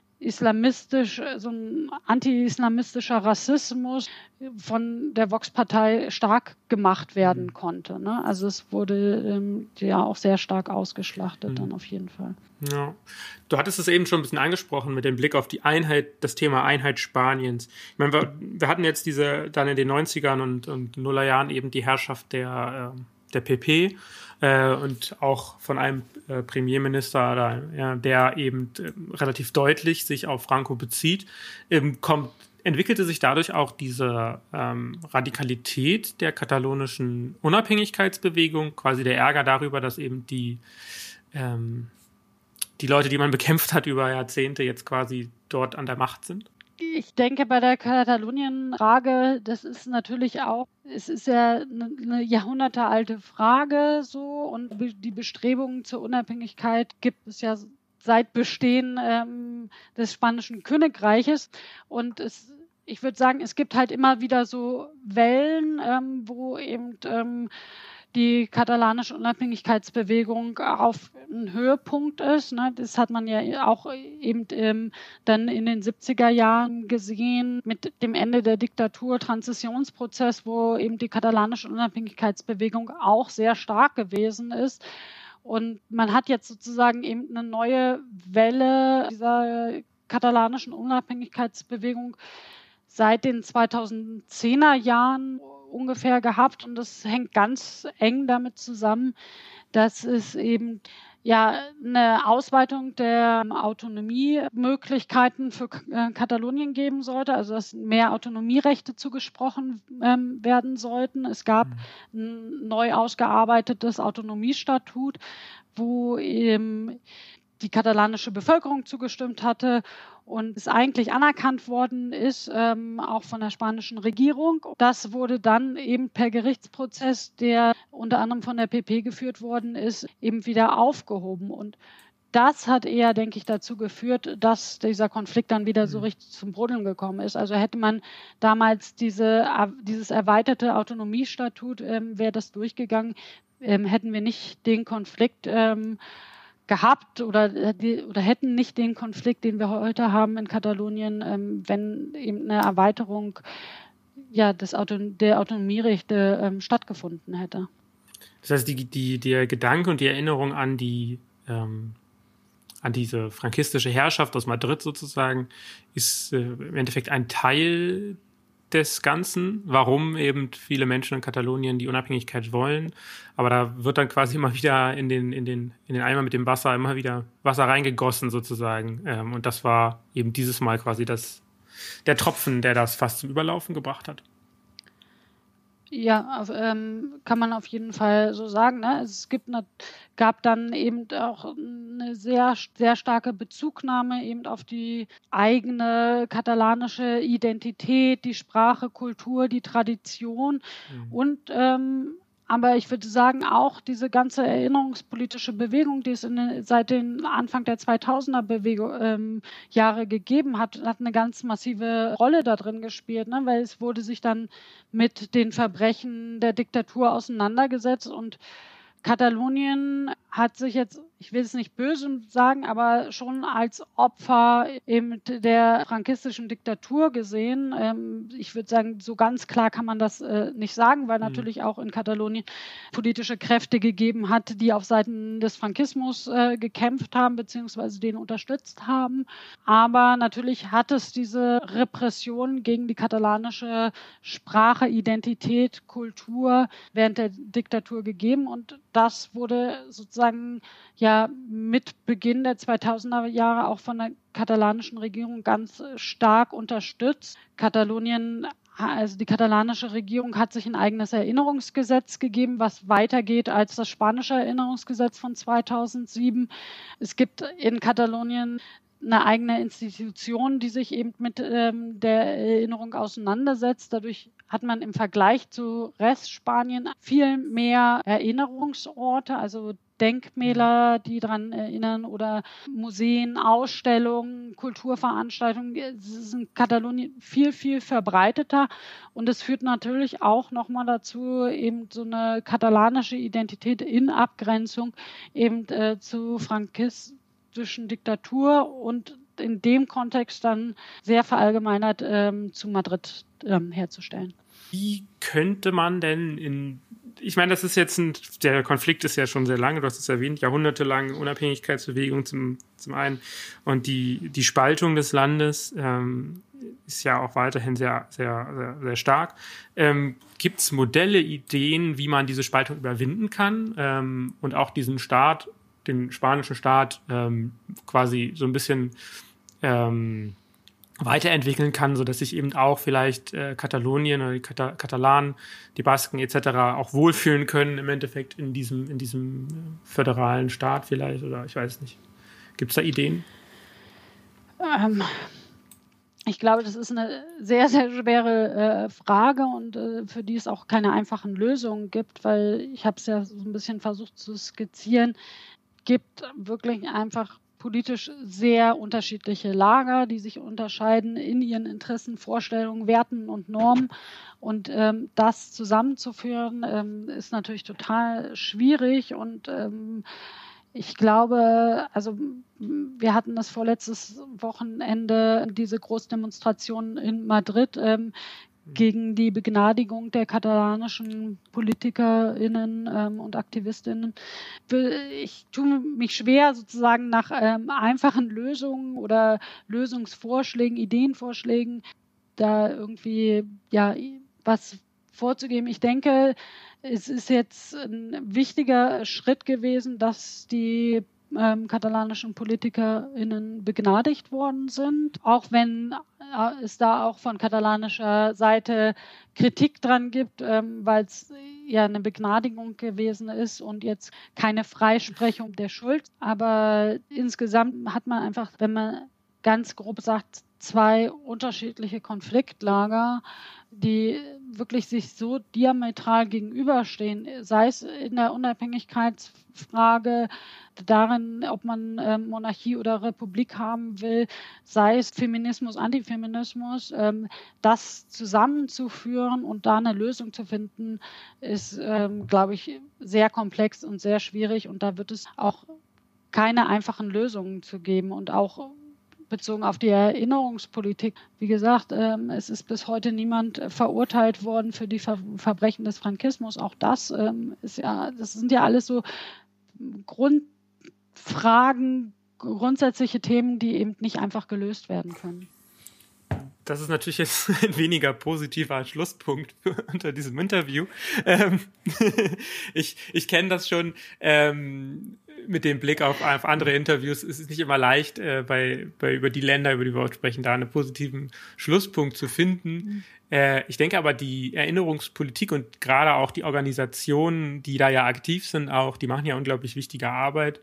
anti-islamistischer Rassismus von der Vox-Partei stark gemacht werden konnte. Ne? Also es wurde ja auch sehr stark ausgeschlachtet dann auf jeden Fall. Ja. Du hattest es eben schon ein bisschen angesprochen mit dem Blick auf die Einheit, das Thema Einheit Spaniens. Ich meine, wir hatten jetzt dann in den 90ern und Nullerjahren eben die Herrschaft der PP und auch von einem Premierminister, der eben relativ deutlich sich auf Franco bezieht, entwickelte sich dadurch auch diese Radikalität der katalonischen Unabhängigkeitsbewegung, quasi der Ärger darüber, dass eben die Leute, die man bekämpft hat über Jahrzehnte, jetzt quasi dort an der Macht sind? Ich denke, bei der Katalonien-Frage, das ist natürlich auch, es ist ja eine jahrhundertealte Frage so und die Bestrebungen zur Unabhängigkeit gibt es ja seit Bestehen des Spanischen Königreiches und ich würde sagen, es gibt halt immer wieder so Wellen, wo eben die katalanische Unabhängigkeitsbewegung auf einem Höhepunkt ist. Ne? Das hat man ja auch eben dann in den 70er Jahren gesehen mit dem Ende der Diktatur, Transitionsprozess, wo eben die katalanische Unabhängigkeitsbewegung auch sehr stark gewesen ist. Und man hat jetzt sozusagen eben eine neue Welle dieser katalanischen Unabhängigkeitsbewegung seit den 2010er Jahren ungefähr gehabt und das hängt ganz eng damit zusammen, dass es eben eine Ausweitung der Autonomiemöglichkeiten für Katalonien geben sollte, also dass mehr Autonomierechte zugesprochen werden sollten. Es gab ein neu ausgearbeitetes Autonomiestatut, wo eben die katalanische Bevölkerung zugestimmt hatte und es eigentlich anerkannt worden ist, auch von der spanischen Regierung. Das wurde dann eben per Gerichtsprozess, der unter anderem von der PP geführt worden ist, eben wieder aufgehoben. Und das hat eher, denke ich, dazu geführt, dass dieser Konflikt dann wieder so richtig zum Brodeln gekommen ist. Also hätte man damals dieses erweiterte Autonomiestatut, wäre das durchgegangen, hätten wir nicht den Konflikt gehabt oder hätten nicht den Konflikt, den wir heute haben in Katalonien, wenn eben eine Erweiterung der Autonomierechte stattgefunden hätte. Das heißt, der Gedanke und die Erinnerung an diese frankistische Herrschaft aus Madrid sozusagen ist im Endeffekt ein Teil des Ganzen, warum eben viele Menschen in Katalonien die Unabhängigkeit wollen. Aber da wird dann quasi immer wieder in den Eimer mit dem Wasser immer wieder Wasser reingegossen sozusagen. Und das war eben dieses Mal quasi der Tropfen, der das fast zum Überlaufen gebracht hat. Ja, kann man auf jeden Fall so sagen. Ne? Gab dann eben auch eine sehr, sehr starke Bezugnahme eben auf die eigene katalanische Identität, die Sprache, Kultur, die Tradition und aber ich würde sagen, auch diese ganze erinnerungspolitische Bewegung, die es seit den Anfang der 2000er Jahre gegeben hat, hat eine ganz massive Rolle da drin gespielt, ne? Weil es wurde sich dann mit den Verbrechen der Diktatur auseinandergesetzt und Katalonien hat sich jetzt, ich will es nicht böse sagen, aber schon als Opfer eben der frankistischen Diktatur gesehen. Ich würde sagen, so ganz klar kann man das nicht sagen, weil natürlich auch in Katalonien politische Kräfte gegeben hat, die auf Seiten des Frankismus gekämpft haben bzw. den unterstützt haben. Aber natürlich hat es diese Repression gegen die katalanische Sprache, Identität, Kultur während der Diktatur gegeben und das wurde sozusagen mit Beginn der 2000er Jahre auch von der katalanischen Regierung ganz stark unterstützt. Die katalanische Regierung hat sich ein eigenes Erinnerungsgesetz gegeben, was weitergeht als das spanische Erinnerungsgesetz von 2007. Es gibt in Katalonien eine eigene Institution, die sich eben mit der Erinnerung auseinandersetzt. Dadurch hat man im Vergleich zu Restspanien viel mehr Erinnerungsorte, also Denkmäler, die daran erinnern oder Museen, Ausstellungen, Kulturveranstaltungen. Es ist in Katalonien viel, viel verbreiteter und es führt natürlich auch nochmal dazu, eben so eine katalanische Identität in Abgrenzung eben zu frankistischen Diktatur und in dem Kontext dann sehr verallgemeinert zu Madrid herzustellen. Wie könnte man denn ich meine, das ist jetzt der Konflikt ist ja schon sehr lange, du hast es erwähnt, jahrhundertelang Unabhängigkeitsbewegung zum einen und die Spaltung des Landes ist ja auch weiterhin sehr, sehr, sehr, sehr stark. Gibt es Modelle, Ideen, wie man diese Spaltung überwinden kann und auch diesen Staat, den spanischen Staat quasi so ein bisschen weiterentwickeln kann, sodass sich eben auch vielleicht Katalonien oder die Katalanen, die Basken etc. auch wohlfühlen können im Endeffekt in diesem föderalen Staat vielleicht oder ich weiß nicht. Gibt es da Ideen? Ich glaube, das ist eine sehr, sehr schwere Frage und für die es auch keine einfachen Lösungen gibt, weil ich habe es ja so ein bisschen versucht zu skizzieren, gibt wirklich einfach politisch sehr unterschiedliche Lager, die sich unterscheiden in ihren Interessen, Vorstellungen, Werten und Normen. Und das zusammenzuführen, ist natürlich total schwierig. Und ich glaube, also wir hatten das vorletztes Wochenende, diese Großdemonstration in Madrid, gegen die Begnadigung der katalanischen PolitikerInnen und AktivistInnen. Ich tue mich schwer, sozusagen nach einfachen Lösungen oder Lösungsvorschlägen, Ideenvorschlägen, da irgendwie was vorzugeben. Ich denke, es ist jetzt ein wichtiger Schritt gewesen, dass die katalanischen PolitikerInnen begnadigt worden sind. Auch wenn es da auch von katalanischer Seite Kritik dran gibt, weil es ja eine Begnadigung gewesen ist und jetzt keine Freisprechung der Schuld. Aber insgesamt hat man einfach, wenn man ganz grob sagt, zwei unterschiedliche Konfliktlager, die wirklich sich so diametral gegenüberstehen, sei es in der Unabhängigkeitsfrage, darin, ob man Monarchie oder Republik haben will, sei es Feminismus, Antifeminismus, das zusammenzuführen und da eine Lösung zu finden, ist, glaube ich, sehr komplex und sehr schwierig und da wird es auch keine einfachen Lösungen zu geben und auch bezogen auf die Erinnerungspolitik. Wie gesagt, es ist bis heute niemand verurteilt worden für die Verbrechen des Frankismus. Auch das das sind ja alles so Grundfragen, grundsätzliche Themen, die eben nicht einfach gelöst werden können. Das ist natürlich jetzt ein weniger positiver Schlusspunkt unter diesem Interview. Ich kenne das schon mit dem Blick auf andere Interviews. Es ist nicht immer leicht, über die Länder, über die wir sprechen, da einen positiven Schlusspunkt zu finden. Ich denke aber, die Erinnerungspolitik und gerade auch die Organisationen, die da ja aktiv sind, die machen ja unglaublich wichtige Arbeit.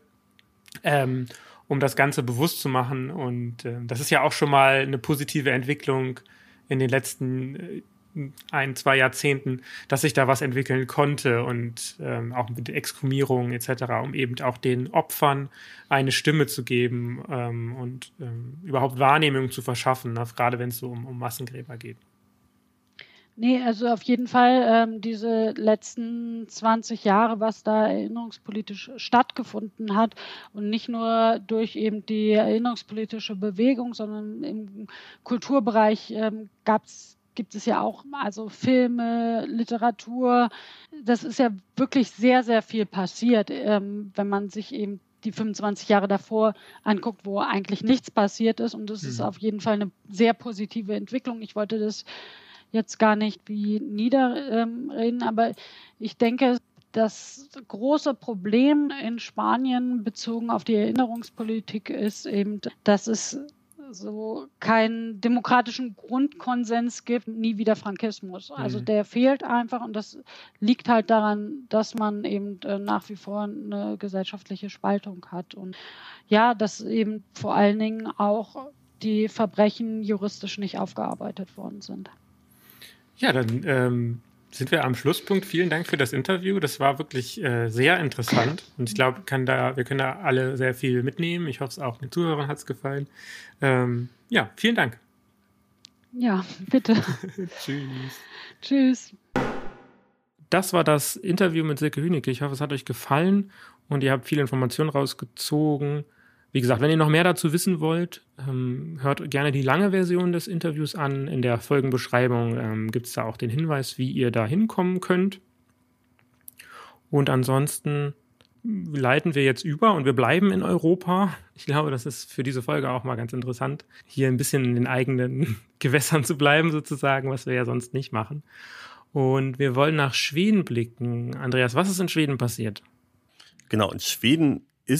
Um das Ganze bewusst zu machen. Und das ist ja auch schon mal eine positive Entwicklung in den letzten 1-2 Jahrzehnten, dass sich da was entwickeln konnte und auch mit Exhumierungen etc., um eben auch den Opfern eine Stimme zu geben und überhaupt Wahrnehmung zu verschaffen, gerade wenn es so um Massengräber geht. Nee, also auf jeden Fall diese letzten 20 Jahre, was da erinnerungspolitisch stattgefunden hat und nicht nur durch eben die erinnerungspolitische Bewegung, sondern im Kulturbereich gibt es ja auch also Filme, Literatur. Das ist ja wirklich sehr, sehr viel passiert, wenn man sich eben die 25 Jahre davor anguckt, wo eigentlich nichts passiert ist. Und das ist auf jeden Fall eine sehr positive Entwicklung. Ich wollte das jetzt gar nicht wie niederreden, aber ich denke, das große Problem in Spanien bezogen auf die Erinnerungspolitik ist eben, dass es so keinen demokratischen Grundkonsens gibt, nie wieder Frankismus. Also der fehlt einfach und das liegt halt daran, dass man eben nach wie vor eine gesellschaftliche Spaltung hat und ja, dass eben vor allen Dingen auch die Verbrechen juristisch nicht aufgearbeitet worden sind. Ja, dann sind wir am Schlusspunkt. Vielen Dank für das Interview. Das war wirklich sehr interessant. Und ich glaube, wir können da alle sehr viel mitnehmen. Ich hoffe, es auch den Zuhörern hat es gefallen. Ja, vielen Dank. Ja, bitte. Tschüss. Tschüss. Das war das Interview mit Silke Hünicke. Ich hoffe, es hat euch gefallen und ihr habt viele Informationen rausgezogen. Wie gesagt, wenn ihr noch mehr dazu wissen wollt, hört gerne die lange Version des Interviews an. In der Folgenbeschreibung gibt es da auch den Hinweis, wie ihr da hinkommen könnt. Und ansonsten leiten wir jetzt über und wir bleiben in Europa. Ich glaube, das ist für diese Folge auch mal ganz interessant, hier ein bisschen in den eigenen Gewässern zu bleiben sozusagen, was wir ja sonst nicht machen. Und wir wollen nach Schweden blicken. Andreas, was ist in Schweden passiert? Genau, in Schweden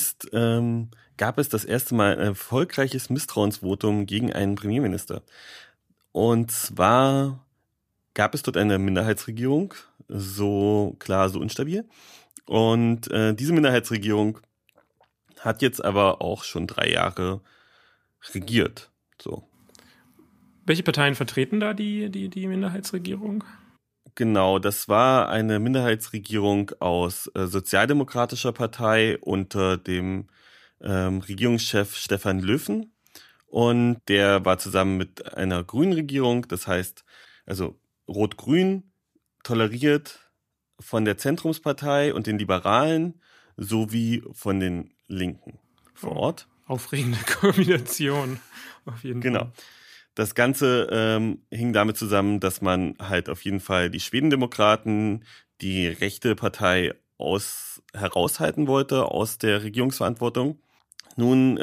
gab es das erste Mal ein erfolgreiches Misstrauensvotum gegen einen Premierminister. Und zwar gab es dort eine Minderheitsregierung, so klar, so instabil. Und diese Minderheitsregierung hat jetzt aber auch schon 3 Jahre regiert. So. Welche Parteien vertreten da die Minderheitsregierung? Genau, das war eine Minderheitsregierung aus Sozialdemokratischer Partei unter dem Regierungschef Stefan Löfven. Und der war zusammen mit einer grünen Regierung, das heißt, also Rot-Grün, toleriert von der Zentrumspartei und den Liberalen sowie von den Linken vor Ort. Aufregende Kombination, auf jeden Fall. Genau. Das Ganze hing damit zusammen, dass man halt auf jeden Fall die Schwedendemokraten, die rechte Partei heraushalten wollte aus der Regierungsverantwortung. Nun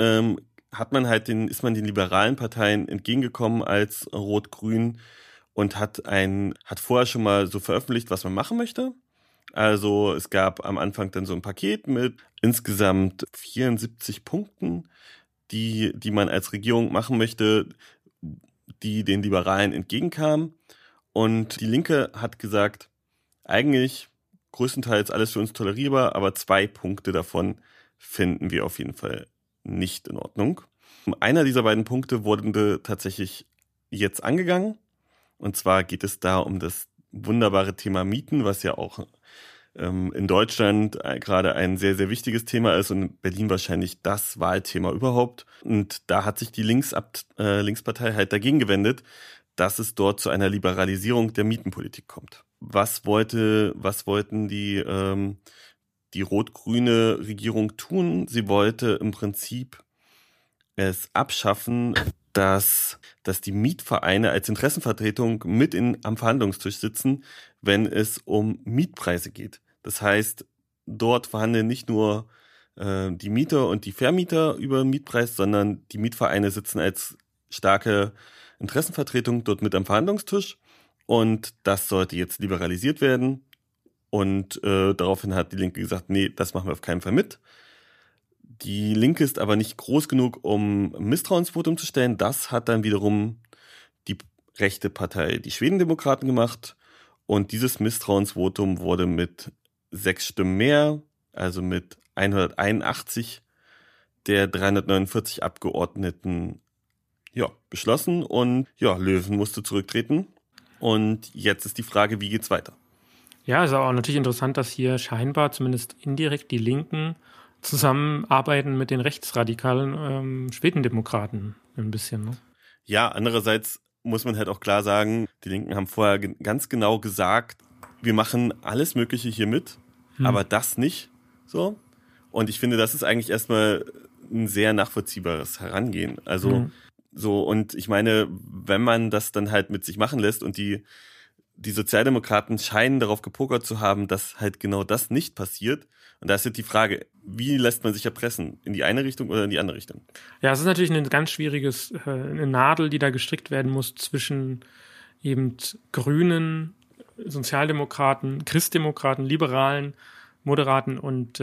ist man den liberalen Parteien entgegengekommen als Rot-Grün und hat vorher schon mal so veröffentlicht, was man machen möchte. Also es gab am Anfang dann so ein Paket mit insgesamt 74 Punkten, die man als Regierung machen möchte, die den Liberalen entgegenkamen. Und die Linke hat gesagt, eigentlich größtenteils alles für uns tolerierbar, aber 2 Punkte davon finden wir auf jeden Fall nicht in Ordnung. Einer dieser beiden Punkte wurde tatsächlich jetzt angegangen. Und zwar geht es da um das wunderbare Thema Mieten, was ja auch in Deutschland gerade ein sehr, sehr wichtiges Thema ist und in Berlin wahrscheinlich das Wahlthema überhaupt. Und da hat sich die Linkspartei halt dagegen gewendet, dass es dort zu einer Liberalisierung der Mietenpolitik kommt. Was wollten die rot-grüne Regierung tun? Sie wollte im Prinzip es abschaffen, dass die Mietvereine als Interessenvertretung mit am Verhandlungstisch sitzen, wenn es um Mietpreise geht. Das heißt, dort verhandeln nicht nur die Mieter und die Vermieter über den Mietpreis, sondern die Mietvereine sitzen als starke Interessenvertretung dort mit am Verhandlungstisch. Und das sollte jetzt liberalisiert werden. Und daraufhin hat die Linke gesagt, nee, das machen wir auf keinen Fall mit. Die Linke ist aber nicht groß genug, um ein Misstrauensvotum zu stellen. Das hat dann wiederum die rechte Partei, die Schwedendemokraten, gemacht. Und dieses Misstrauensvotum wurde mit 6 Stimmen mehr, also mit 181 der 349 Abgeordneten, beschlossen. Und Löwen musste zurücktreten. Und jetzt ist die Frage, wie geht's weiter? Ja, ist auch natürlich interessant, dass hier scheinbar zumindest indirekt die Linken zusammenarbeiten mit den rechtsradikalen Schwedendemokraten ein bisschen. Ne? Ja, andererseits muss man halt auch klar sagen, die Linken haben vorher ganz genau gesagt, wir machen alles Mögliche hier mit, aber das nicht. So. Und ich finde, das ist eigentlich erstmal ein sehr nachvollziehbares Herangehen. Also und ich meine, wenn man das dann halt mit sich machen lässt und die Sozialdemokraten scheinen darauf gepokert zu haben, dass halt genau das nicht passiert. Und da ist jetzt die Frage, wie lässt man sich erpressen? In die eine Richtung oder in die andere Richtung? Ja, es ist natürlich ein ganz schwieriges, eine Nadel, die da gestrickt werden muss zwischen eben Grünen, Sozialdemokraten, Christdemokraten, Liberalen, Moderaten und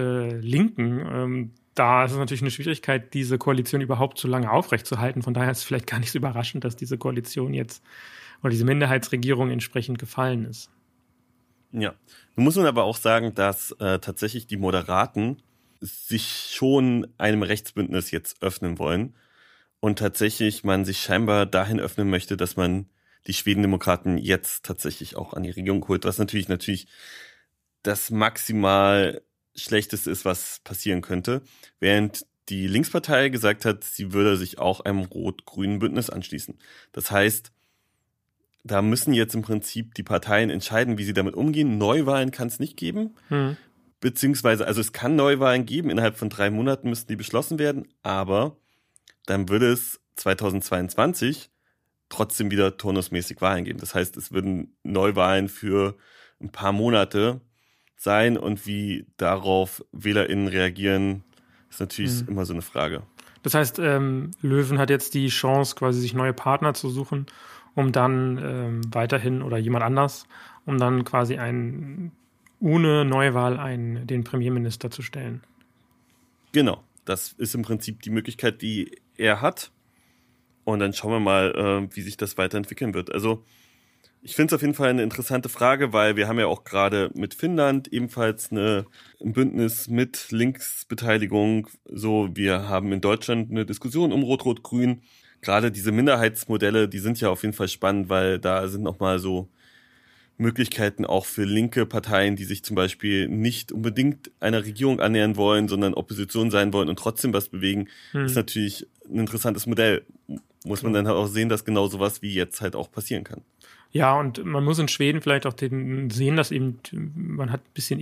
Linken. Da ist es natürlich eine Schwierigkeit, diese Koalition überhaupt so lange aufrechtzuerhalten. Von daher ist es vielleicht gar nicht so überraschend, dass diese Koalition jetzt oder diese Minderheitsregierung entsprechend gefallen ist. Ja, nun muss man aber auch sagen, dass tatsächlich die Moderaten sich schon einem Rechtsbündnis jetzt öffnen wollen und tatsächlich man sich scheinbar dahin öffnen möchte, dass man die Schwedendemokraten jetzt tatsächlich auch an die Regierung holt, was natürlich das maximal Schlechteste ist, was passieren könnte, während die Linkspartei gesagt hat, sie würde sich auch einem rot-grünen Bündnis anschließen. Das heißt, da müssen jetzt im Prinzip die Parteien entscheiden, wie sie damit umgehen. Neuwahlen kann es nicht geben. Beziehungsweise, also es kann Neuwahlen geben. Innerhalb von 3 Monaten müssten die beschlossen werden. Aber dann würde es 2022 trotzdem wieder turnusmäßig Wahlen geben. Das heißt, es würden Neuwahlen für ein paar Monate sein. Und wie darauf WählerInnen reagieren, ist natürlich immer so eine Frage. Das heißt, Löwen hat jetzt die Chance, quasi sich neue Partner zu suchen, um dann weiterhin oder jemand anders, um dann quasi ohne Neuwahl den Premierminister zu stellen. Genau, das ist im Prinzip die Möglichkeit, die er hat. Und dann schauen wir mal, wie sich das weiterentwickeln wird. Also ich finde es auf jeden Fall eine interessante Frage, weil wir haben ja auch gerade mit Finnland ebenfalls ein Bündnis mit Linksbeteiligung. So, wir haben in Deutschland eine Diskussion um Rot-Rot-Grün. Gerade diese Minderheitsmodelle, die sind ja auf jeden Fall spannend, weil da sind nochmal so Möglichkeiten auch für linke Parteien, die sich zum Beispiel nicht unbedingt einer Regierung annähern wollen, sondern Opposition sein wollen und trotzdem was bewegen, ist natürlich ein interessantes Modell. Muss man dann halt auch sehen, dass genau sowas wie jetzt halt auch passieren kann. Ja, und man muss in Schweden vielleicht auch sehen, dass eben man hat ein bisschen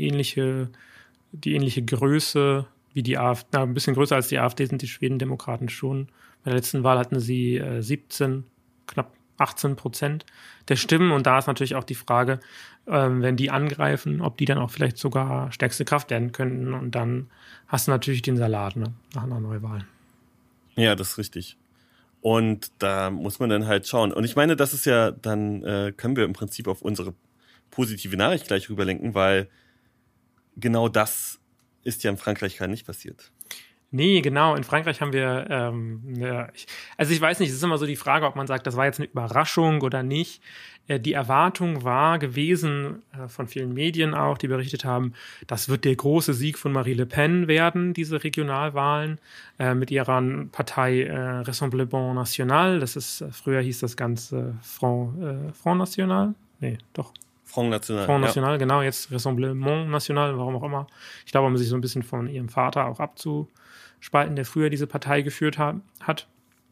die ähnliche Größe wie die AfD, ein bisschen größer als die AfD sind die Schwedendemokraten schon. Bei der letzten Wahl hatten sie knapp 18% der Stimmen. Und da ist natürlich auch die Frage, wenn die angreifen, ob die dann auch vielleicht sogar stärkste Kraft werden könnten. Und dann hast du natürlich den Salat, ne, nach einer Neuwahl. Ja, das ist richtig. Und da muss man dann halt schauen. Und ich meine, das ist ja, dann können wir im Prinzip auf unsere positive Nachricht gleich rüberlenken, weil genau das ist ja in Frankreich gerade nicht passiert. Nee, genau. In Frankreich haben wir, ich weiß nicht, es ist immer so die Frage, ob man sagt, das war jetzt eine Überraschung oder nicht. Die Erwartung war gewesen, von vielen Medien auch, die berichtet haben, das wird der große Sieg von Marine Le Pen werden, diese Regionalwahlen, mit ihrer Partei Rassemblement National. Das ist, früher hieß das Ganze Front National. Nee, doch. Front National. Front National, ja. Genau, jetzt Rassemblement National, warum auch immer. Ich glaube, um sich so ein bisschen von ihrem Vater auch abzuspalten, der früher diese Partei geführt hat.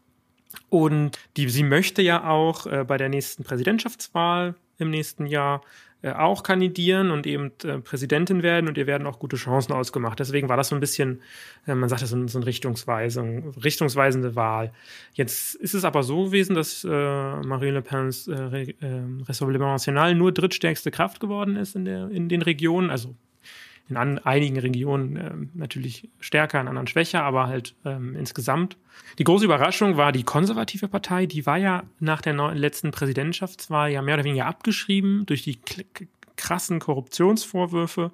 Und sie möchte ja auch bei der nächsten Präsidentschaftswahl im nächsten Jahr auch kandidieren und eben Präsidentin werden, und ihr werden auch gute Chancen ausgemacht. Deswegen war das so ein bisschen, man sagt das so eine richtungsweisende Wahl. Jetzt ist es aber so gewesen, dass Marine Le Pen's Rassemblement National nur drittstärkste Kraft geworden ist in den Regionen, also in einigen Regionen natürlich stärker, in anderen schwächer, aber halt insgesamt. Die große Überraschung war die konservative Partei, die war ja nach der letzten Präsidentschaftswahl ja mehr oder weniger abgeschrieben durch die krassen Korruptionsvorwürfe.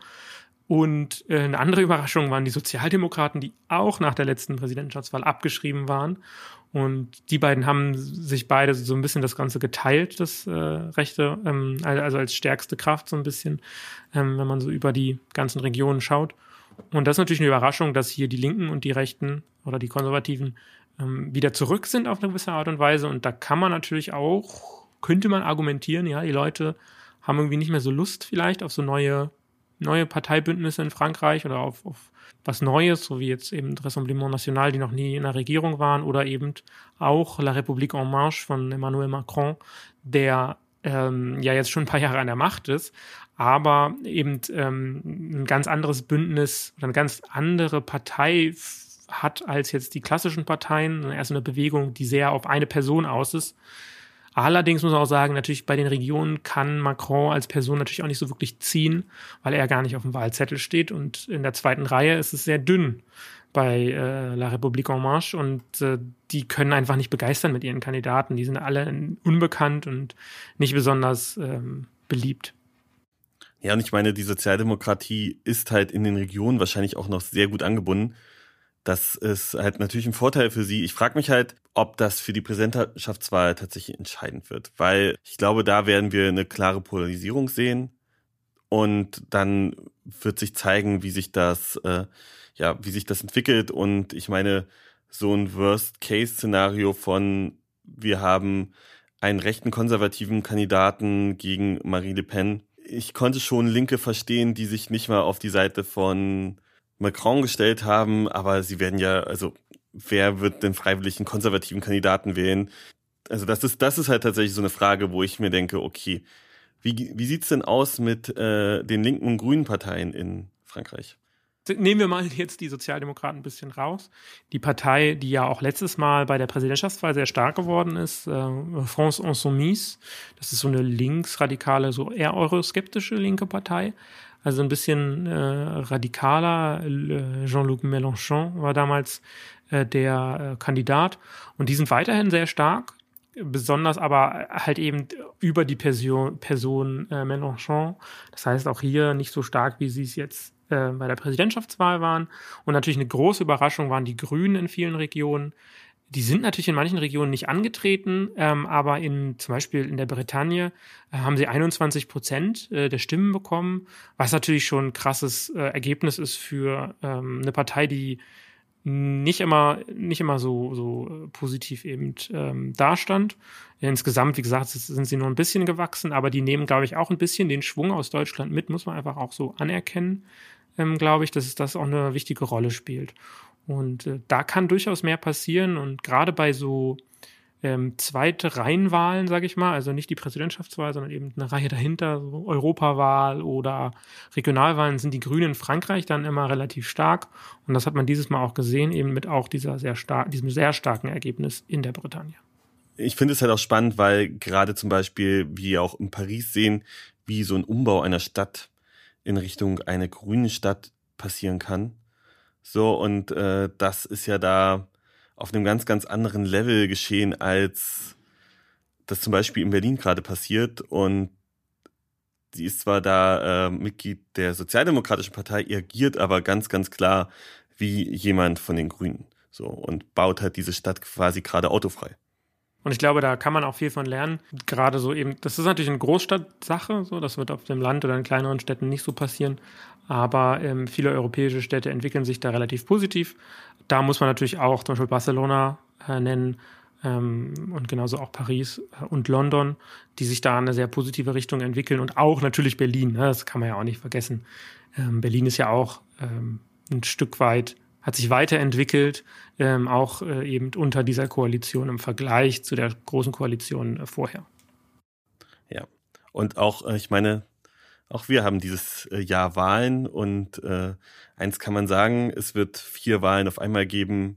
Und eine andere Überraschung waren die Sozialdemokraten, die auch nach der letzten Präsidentschaftswahl abgeschrieben waren. Und die beiden haben sich beide so ein bisschen das Ganze geteilt, das Rechte, also als stärkste Kraft so ein bisschen, wenn man so über die ganzen Regionen schaut. Und das ist natürlich eine Überraschung, dass hier die Linken und die Rechten oder die Konservativen wieder zurück sind auf eine gewisse Art und Weise. Und da kann man natürlich auch, könnte man argumentieren, ja, die Leute haben irgendwie nicht mehr so Lust vielleicht auf so neue Parteibündnisse in Frankreich oder auf was Neues, so wie jetzt eben Rassemblement National, die noch nie in der Regierung waren, oder eben auch La République en Marche von Emmanuel Macron, der ja jetzt schon ein paar Jahre an der Macht ist, aber eben ein ganz anderes Bündnis oder eine ganz andere Partei hat als jetzt die klassischen Parteien. Er ist eine Bewegung, die sehr auf eine Person aus ist. Allerdings muss man auch sagen, natürlich bei den Regionen kann Macron als Person natürlich auch nicht so wirklich ziehen, weil er gar nicht auf dem Wahlzettel steht, und in der zweiten Reihe ist es sehr dünn bei La République en Marche, und die können einfach nicht begeistern mit ihren Kandidaten. Die sind alle unbekannt und nicht besonders beliebt. Ja, und ich meine, die Sozialdemokratie ist halt in den Regionen wahrscheinlich auch noch sehr gut angebunden. Das ist halt natürlich ein Vorteil für sie. Ich frage mich halt, ob das für die Präsidentschaftswahl tatsächlich entscheidend wird, weil ich glaube, da werden wir eine klare Polarisierung sehen, und dann wird sich zeigen, wie sich das entwickelt. Und ich meine, so ein Worst-Case-Szenario von, wir haben einen rechten konservativen Kandidaten gegen Marine Le Pen. Ich konnte schon Linke verstehen, die sich nicht mal auf die Seite von Macron gestellt haben, aber sie werden ja, also wer wird den freiwilligen konservativen Kandidaten wählen? Also das ist halt tatsächlich so eine Frage, wo ich mir denke, okay, wie sieht's denn aus mit den linken und grünen Parteien in Frankreich? Nehmen wir mal jetzt die Sozialdemokraten ein bisschen raus. Die Partei, die ja auch letztes Mal bei der Präsidentschaftswahl sehr stark geworden ist, France Insoumise, das ist so eine linksradikale, so eher euroskeptische linke Partei. Also ein bisschen radikaler. Jean-Luc Mélenchon war damals der Kandidat. Und die sind weiterhin sehr stark, besonders aber halt eben über die Person Mélenchon. Das heißt auch hier nicht so stark, wie sie es jetzt bei der Präsidentschaftswahl waren. Und natürlich eine große Überraschung waren die Grünen in vielen Regionen. Die sind natürlich in manchen Regionen nicht angetreten, aber zum Beispiel in der Bretagne haben sie 21% der Stimmen bekommen, was natürlich schon ein krasses Ergebnis ist für eine Partei, die nicht immer so positiv eben dastand. Insgesamt, wie gesagt, sind sie nur ein bisschen gewachsen, aber die nehmen, glaube ich, auch ein bisschen den Schwung aus Deutschland mit, muss man einfach auch so anerkennen, glaube ich, dass das auch eine wichtige Rolle spielt. Und da kann durchaus mehr passieren, und gerade bei so zweite Reihenwahlen, sage ich mal, also nicht die Präsidentschaftswahl, sondern eben eine Reihe dahinter, so Europawahl oder Regionalwahlen, sind die Grünen in Frankreich dann immer relativ stark, und das hat man dieses Mal auch gesehen, eben mit auch diesem sehr starken Ergebnis in der Bretagne. Ich finde es halt auch spannend, weil gerade zum Beispiel wir auch in Paris sehen, wie so ein Umbau einer Stadt in Richtung einer grünen Stadt passieren kann. So, und das ist ja da auf einem ganz, ganz anderen Level geschehen, als das zum Beispiel in Berlin gerade passiert. Und Sie ist zwar da Mitglied der Sozialdemokratischen Partei, agiert aber ganz, ganz klar wie jemand von den Grünen. So, und baut halt diese Stadt quasi gerade autofrei. Und ich glaube, da kann man auch viel von lernen. Gerade so eben, das ist natürlich eine Großstadtsache, so, das wird auf dem Land oder in kleineren Städten nicht so passieren. Aber viele europäische Städte entwickeln sich da relativ positiv. Da muss man natürlich auch zum Beispiel Barcelona nennen und genauso auch Paris und London, die sich da in eine sehr positive Richtung entwickeln. Und auch natürlich Berlin, ne? Das kann man ja auch nicht vergessen. Berlin ist ja auch ein Stück weit, hat sich weiterentwickelt, auch eben unter dieser Koalition im Vergleich zu der großen Koalition vorher. Ja, und auch, ich meine, auch wir haben dieses Jahr Wahlen und eins kann man sagen, es wird 4 Wahlen auf einmal geben,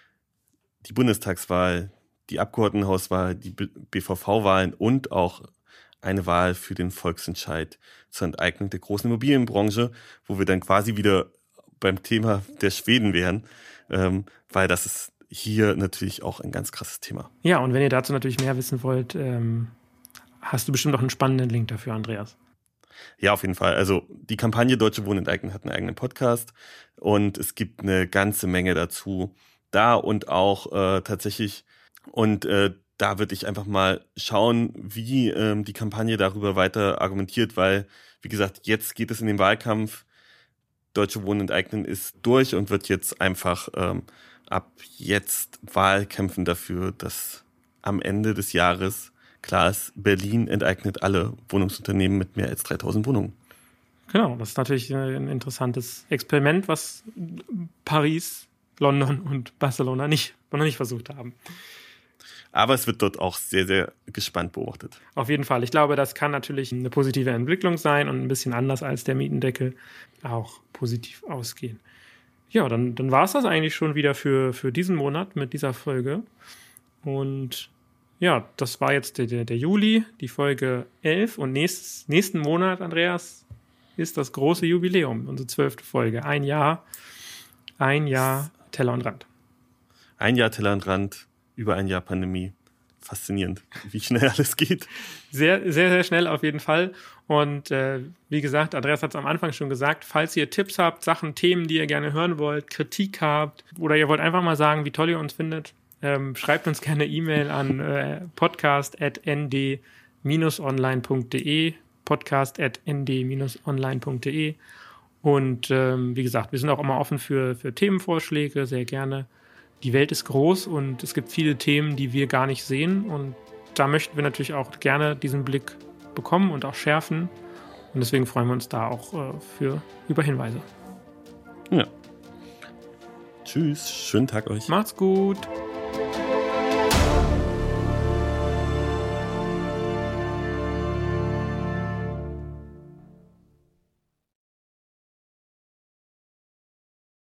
die Bundestagswahl, die Abgeordnetenhauswahl, die BVV-Wahlen und auch eine Wahl für den Volksentscheid zur Enteignung der großen Immobilienbranche, wo wir dann quasi wieder beim Thema der Schweden wären, weil das ist hier natürlich auch ein ganz krasses Thema. Ja, und wenn ihr dazu natürlich mehr wissen wollt, hast du bestimmt auch einen spannenden Link dafür, Andreas. Ja, auf jeden Fall. Also die Kampagne Deutsche Wohnen enteignen hat einen eigenen Podcast und es gibt eine ganze Menge dazu da und auch tatsächlich und da würde ich einfach mal schauen, wie die Kampagne darüber weiter argumentiert, weil, wie gesagt, jetzt geht es in den Wahlkampf. Deutsche Wohnen enteignen ist durch und wird jetzt einfach ab jetzt Wahl kämpfen dafür, dass am Ende des Jahres klar ist, Berlin enteignet alle Wohnungsunternehmen mit mehr als 3000 Wohnungen. Genau, das ist natürlich ein interessantes Experiment, was Paris, London und Barcelona noch nicht versucht haben. Aber es wird dort auch sehr, sehr gespannt beobachtet. Auf jeden Fall. Ich glaube, das kann natürlich eine positive Entwicklung sein und ein bisschen anders als der Mietendeckel auch positiv ausgehen. Ja, dann war es das eigentlich schon wieder für diesen Monat mit dieser Folge. Und ja, das war jetzt der Juli, die Folge 11. Und nächsten Monat, Andreas, ist das große Jubiläum, unsere 12. Folge. Ein Jahr Teller und Rand. Ein Jahr Teller und Rand. Über ein Jahr Pandemie. Faszinierend, wie schnell alles geht. Sehr, sehr, sehr schnell auf jeden Fall. Und wie gesagt, Andreas hat es am Anfang schon gesagt, falls ihr Tipps habt, Sachen, Themen, die ihr gerne hören wollt, Kritik habt oder ihr wollt einfach mal sagen, wie toll ihr uns findet, schreibt uns gerne E-Mail an podcast@nd-online.de podcast@nd-online.de und wie gesagt, wir sind auch immer offen für Themenvorschläge, sehr gerne. Die Welt ist groß und es gibt viele Themen, die wir gar nicht sehen. Und da möchten wir natürlich auch gerne diesen Blick bekommen und auch schärfen. Und deswegen freuen wir uns da auch über Hinweise. Ja. Tschüss, schönen Tag euch. Macht's gut.